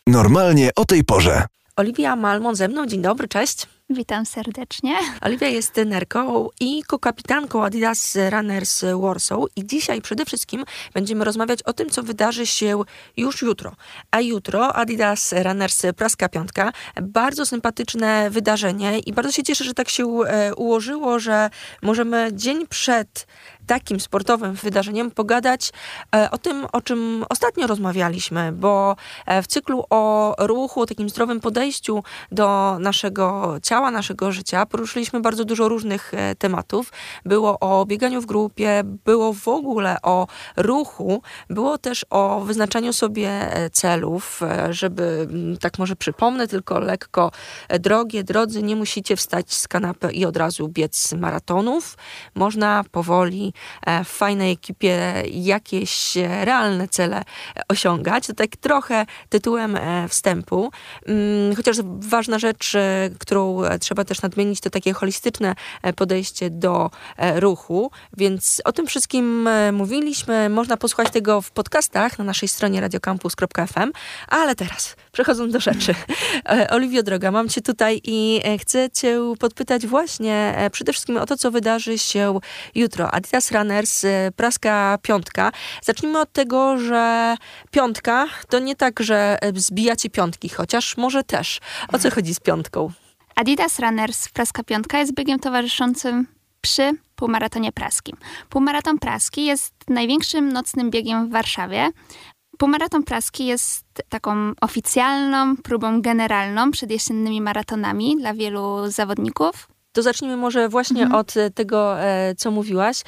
Normalnie o tej porze. Oliwia Malmon ze mną. Dzień dobry, cześć. Witam serdecznie. Oliwia jest trenerką i kokapitanką Adidas Runners Warsaw i dzisiaj przede wszystkim będziemy rozmawiać o tym, co wydarzy się już jutro. A jutro Adidas Runners Praska Piątka. Bardzo sympatyczne wydarzenie i bardzo się cieszę, że tak się ułożyło, że możemy dzień przed takim sportowym wydarzeniem pogadać o tym, o czym ostatnio rozmawialiśmy, bo w cyklu o ruchu, o takim zdrowym podejściu do naszego ciała, naszego życia poruszyliśmy bardzo dużo różnych tematów. Było o bieganiu w grupie, było w ogóle o ruchu, było też o wyznaczaniu sobie celów, żeby, tak może przypomnę, tylko lekko, drodzy, nie musicie wstać z kanapy i od razu biec maratonów. Można powoli w fajnej ekipie jakieś realne cele osiągać. To tak trochę tytułem wstępu. Chociaż ważna rzecz, którą trzeba też nadmienić, to takie holistyczne podejście do ruchu. Więc o tym wszystkim mówiliśmy. Można posłuchać tego w podcastach na naszej stronie radiocampus.fm. Ale teraz, przechodząc do rzeczy. Oliwio, droga, mam cię tutaj i chcę cię podpytać właśnie przede wszystkim o to, co wydarzy się jutro. Adidas Runners, Praska Piątka. Zacznijmy od tego, że piątka to nie tak, że zbijacie piątki, chociaż może też. O co chodzi z piątką? Adidas Runners Praska Piątka jest biegiem towarzyszącym przy półmaratonie praskim. Półmaraton praski jest największym nocnym biegiem w Warszawie. Półmaraton praski jest taką oficjalną próbą generalną przed jesiennymi maratonami dla wielu zawodników. To zacznijmy może właśnie od tego, co mówiłaś.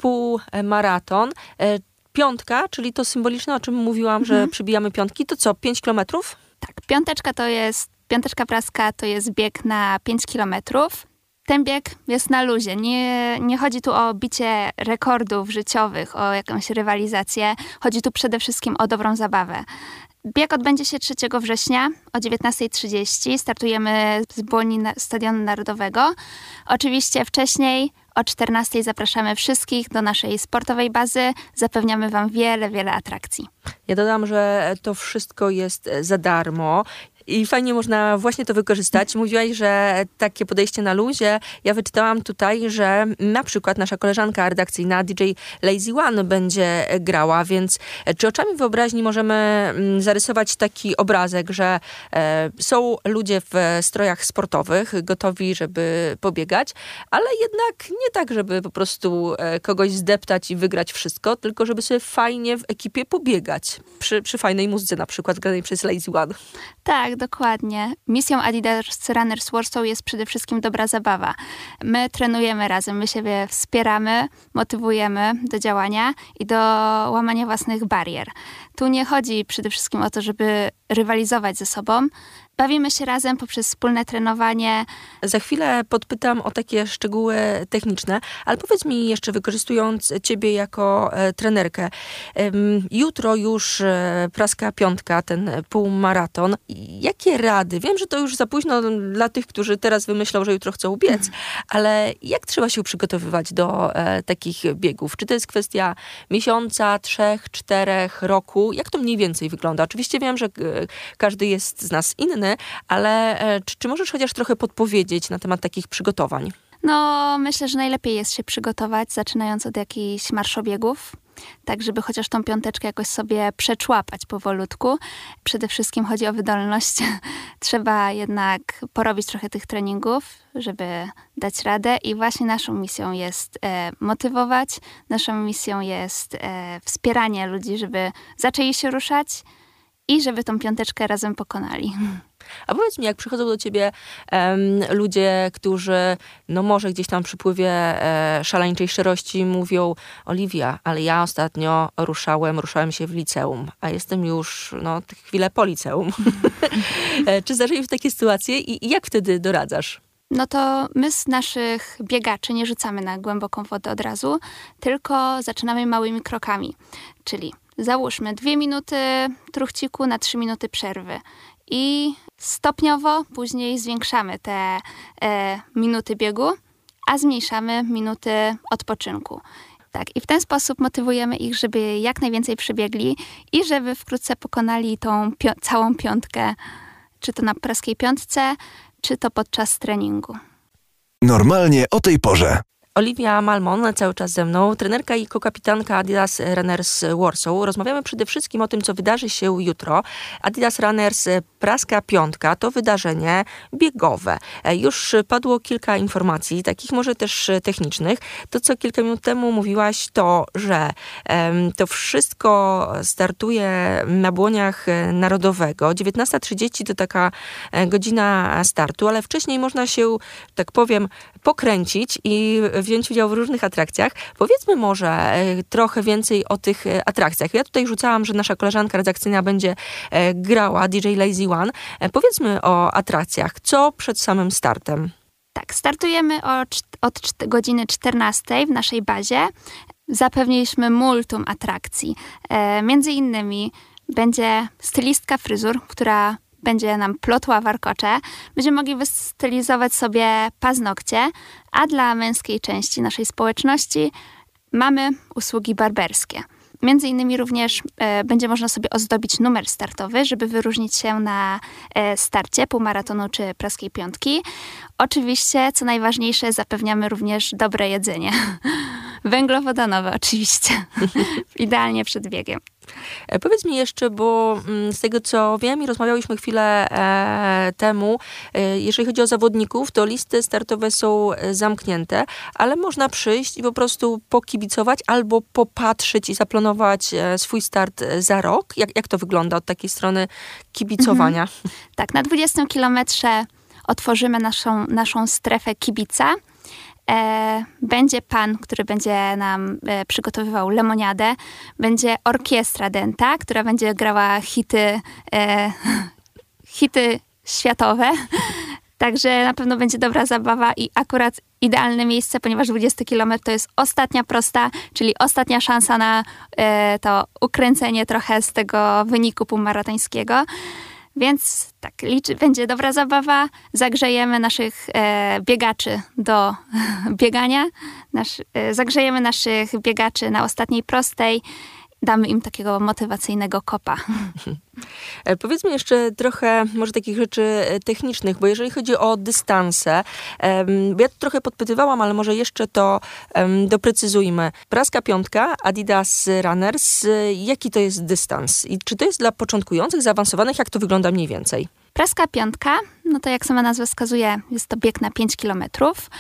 Półmaraton. Piątka, czyli to symboliczne, o czym mówiłam, że przybijamy piątki. To co, 5 kilometrów? Tak, piąteczka praska to jest bieg na 5 kilometrów. Ten bieg jest na luzie. Nie chodzi tu o bicie rekordów życiowych, o jakąś rywalizację. Chodzi tu przede wszystkim o dobrą zabawę. Bieg odbędzie się 3 września o 19:30. Startujemy z Błoni Stadionu Narodowego. Oczywiście wcześniej o 14:00 zapraszamy wszystkich do naszej sportowej bazy. Zapewniamy wam wiele atrakcji. Ja dodam, że to wszystko jest za darmo. I fajnie można właśnie to wykorzystać. Mówiłaś, że takie podejście na luzie. Ja wyczytałam tutaj, że na przykład nasza koleżanka redakcyjna DJ Lazy One będzie grała, więc czy oczami wyobraźni możemy zarysować taki obrazek, że są ludzie w strojach sportowych, gotowi, żeby pobiegać, ale jednak nie tak, żeby po prostu kogoś zdeptać i wygrać wszystko, tylko żeby sobie fajnie w ekipie pobiegać. Przy fajnej muzyce na przykład granej przez Lazy One. Tak, dokładnie. Misją Adidas Runners Warsaw jest przede wszystkim dobra zabawa. My trenujemy razem, my siebie wspieramy, motywujemy do działania i do łamania własnych barier. Tu nie chodzi przede wszystkim o to, żeby rywalizować ze sobą. Bawimy się razem poprzez wspólne trenowanie. Za chwilę podpytam o takie szczegóły techniczne, ale powiedz mi jeszcze, wykorzystując ciebie jako trenerkę, jutro już Praska Piątka, ten półmaraton. Jakie rady? Wiem, że to już za późno dla tych, którzy teraz wymyślą, że jutro chcą biec, ale jak trzeba się przygotowywać do takich biegów? Czy to jest kwestia miesiąca, 3, 4, roku? Jak to mniej więcej wygląda? Oczywiście wiem, że każdy jest z nas inny, ale czy możesz chociaż trochę podpowiedzieć na temat takich przygotowań? No, myślę, że najlepiej jest się przygotować, zaczynając od jakichś marszobiegów, tak żeby chociaż tą piąteczkę jakoś sobie przeczłapać powolutku. Przede wszystkim chodzi o wydolność. Trzeba jednak porobić trochę tych treningów, żeby dać radę i właśnie naszą misją jest motywować, naszą misją jest wspieranie ludzi, żeby zaczęli się ruszać i żeby tą piąteczkę razem pokonali. A powiedz mi, jak przychodzą do ciebie ludzie, którzy no może gdzieś tam przy przypływie szaleńczej szczerości mówią: Oliwia, ale ja ostatnio ruszałem się w liceum, a jestem już chwilę po liceum. Czy zdarzają się takie sytuacje i jak wtedy doradzasz? No to my z naszych biegaczy nie rzucamy na głęboką wodę od razu, tylko zaczynamy małymi krokami. Czyli załóżmy 2 minuty truchciku na 3 minuty przerwy. I stopniowo później zwiększamy te minuty biegu, a zmniejszamy minuty odpoczynku. Tak, i w ten sposób motywujemy ich, żeby jak najwięcej przebiegli i żeby wkrótce pokonali tą całą piątkę, czy to na praskiej piątce, czy to podczas treningu. Normalnie o tej porze. Oliwia Malmon cały czas ze mną, trenerka i kokapitanka Adidas Runners Warsaw. Rozmawiamy przede wszystkim o tym, co wydarzy się jutro. Adidas Runners Praska Piątka to wydarzenie biegowe. Już padło kilka informacji, takich może też technicznych. To, co kilka minut temu mówiłaś, to, że to wszystko startuje na Błoniach Narodowego. 19:30 to taka godzina startu, ale wcześniej można się, tak powiem, pokręcić i wziąć udział w różnych atrakcjach. Powiedzmy może trochę więcej o tych atrakcjach. Ja tutaj rzucałam, że nasza koleżanka redakcyjna będzie grała, DJ Lazy One. Powiedzmy o atrakcjach. Co przed samym startem? Tak, startujemy od godziny 14 w naszej bazie. Zapewniliśmy multum atrakcji. Między innymi będzie stylistka fryzur, która będzie nam plotła warkocze. Będziemy mogli wystylizować sobie paznokcie, a dla męskiej części naszej społeczności mamy usługi barberskie. Między innymi również będzie można sobie ozdobić numer startowy, żeby wyróżnić się na starcie półmaratonu czy praskiej piątki. Oczywiście, co najważniejsze, zapewniamy również dobre jedzenie. Węglowodanowe oczywiście. Idealnie przed biegiem. Powiedz mi jeszcze, bo z tego co wiem i rozmawiałyśmy chwilę temu, jeżeli chodzi o zawodników, to listy startowe są zamknięte, ale można przyjść i po prostu pokibicować albo popatrzeć i zaplanować swój start za rok. Jak to wygląda od takiej strony kibicowania? Tak, na 20 kilometrze otworzymy naszą strefę kibica. Będzie pan, który będzie nam przygotowywał lemoniadę. Będzie orkiestra Denta, która będzie grała hity światowe. Także na pewno będzie dobra zabawa i akurat idealne miejsce, ponieważ 20 km to jest ostatnia prosta, czyli ostatnia szansa na to ukręcenie trochę z tego wyniku półmaratońskiego. Więc tak, będzie dobra zabawa, zagrzejemy naszych biegaczy do biegania, zagrzejemy naszych biegaczy na ostatniej prostej, damy im takiego motywacyjnego kopa. Powiedzmy jeszcze trochę może takich rzeczy technicznych, bo jeżeli chodzi o dystanse, ja trochę podpytywałam, ale może jeszcze to doprecyzujmy. Praska piątka, Adidas Runners, jaki to jest dystans? I czy to jest dla początkujących, zaawansowanych? Jak to wygląda mniej więcej? Praska piątka, no to jak sama nazwa wskazuje, jest to bieg na 5 kilometrów.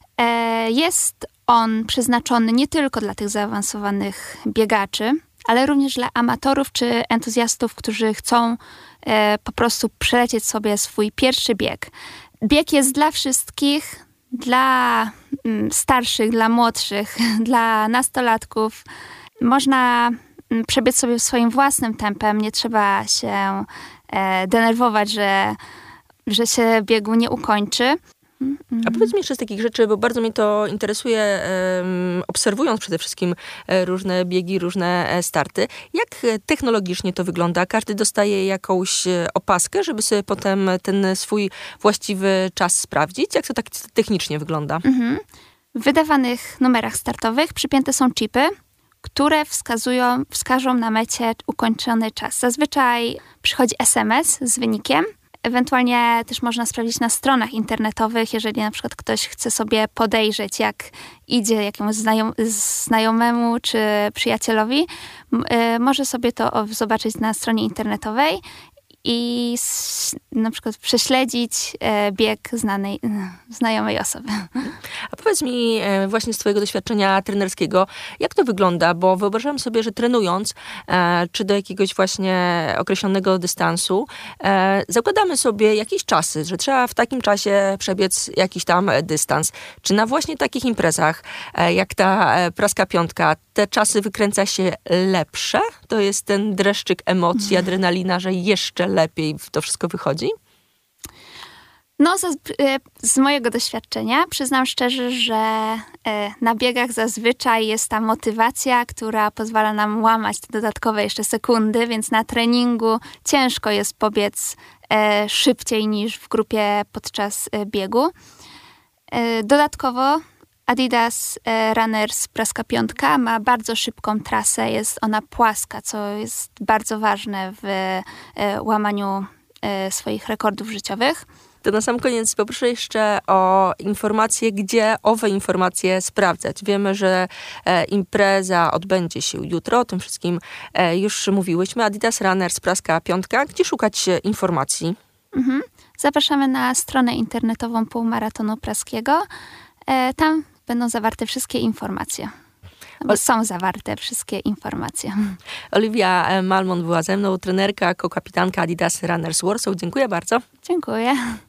Jest on przeznaczony nie tylko dla tych zaawansowanych biegaczy, ale również dla amatorów czy entuzjastów, którzy chcą po prostu przelecieć sobie swój pierwszy bieg. Bieg jest dla wszystkich, dla starszych, dla młodszych, dla nastolatków. Można przebiec sobie swoim własnym tempem, nie trzeba się denerwować, że się biegu nie ukończy. A powiedz mi jeszcze z takich rzeczy, bo bardzo mnie to interesuje, obserwując przede wszystkim różne biegi, różne starty. Jak technologicznie to wygląda? Każdy dostaje jakąś opaskę, żeby sobie potem ten swój właściwy czas sprawdzić? Jak to tak technicznie wygląda? W wydawanych numerach startowych przypięte są chipy, które wskażą na mecie ukończony czas. Zazwyczaj przychodzi SMS z wynikiem. Ewentualnie też można sprawdzić na stronach internetowych, jeżeli na przykład ktoś chce sobie podejrzeć, jak idzie jakiemuś znajomemu czy przyjacielowi, może sobie to zobaczyć na stronie internetowej i na przykład prześledzić bieg znajomej osoby. A powiedz mi właśnie z twojego doświadczenia trenerskiego, jak to wygląda? Bo wyobrażam sobie, że trenując, czy do jakiegoś właśnie określonego dystansu, zakładamy sobie jakieś czasy, że trzeba w takim czasie przebiec jakiś tam dystans. Czy na właśnie takich imprezach, jak ta praska piątka, te czasy wykręca się lepsze? To jest ten dreszczyk emocji, adrenalina, że jeszcze lepiej to wszystko wychodzi? No, z mojego doświadczenia przyznam szczerze, że na biegach zazwyczaj jest ta motywacja, która pozwala nam łamać te dodatkowe jeszcze sekundy, więc na treningu ciężko jest pobiec szybciej niż w grupie podczas biegu. Dodatkowo Adidas Runners Praska 5 ma bardzo szybką trasę, jest ona płaska, co jest bardzo ważne w łamaniu swoich rekordów życiowych. To na sam koniec poproszę jeszcze o informacje, gdzie owe informacje sprawdzać. Wiemy, że impreza odbędzie się jutro, o tym wszystkim już mówiłyśmy. Adidas Runners Praska 5. Gdzie szukać informacji? Zapraszamy na stronę internetową Półmaratonu Praskiego. Tam będą zawarte wszystkie informacje. Bo są zawarte wszystkie informacje. Oliwia Malmon była ze mną, trenerka, kokapitanka Adidas Runners Warsaw. Dziękuję bardzo. Dziękuję.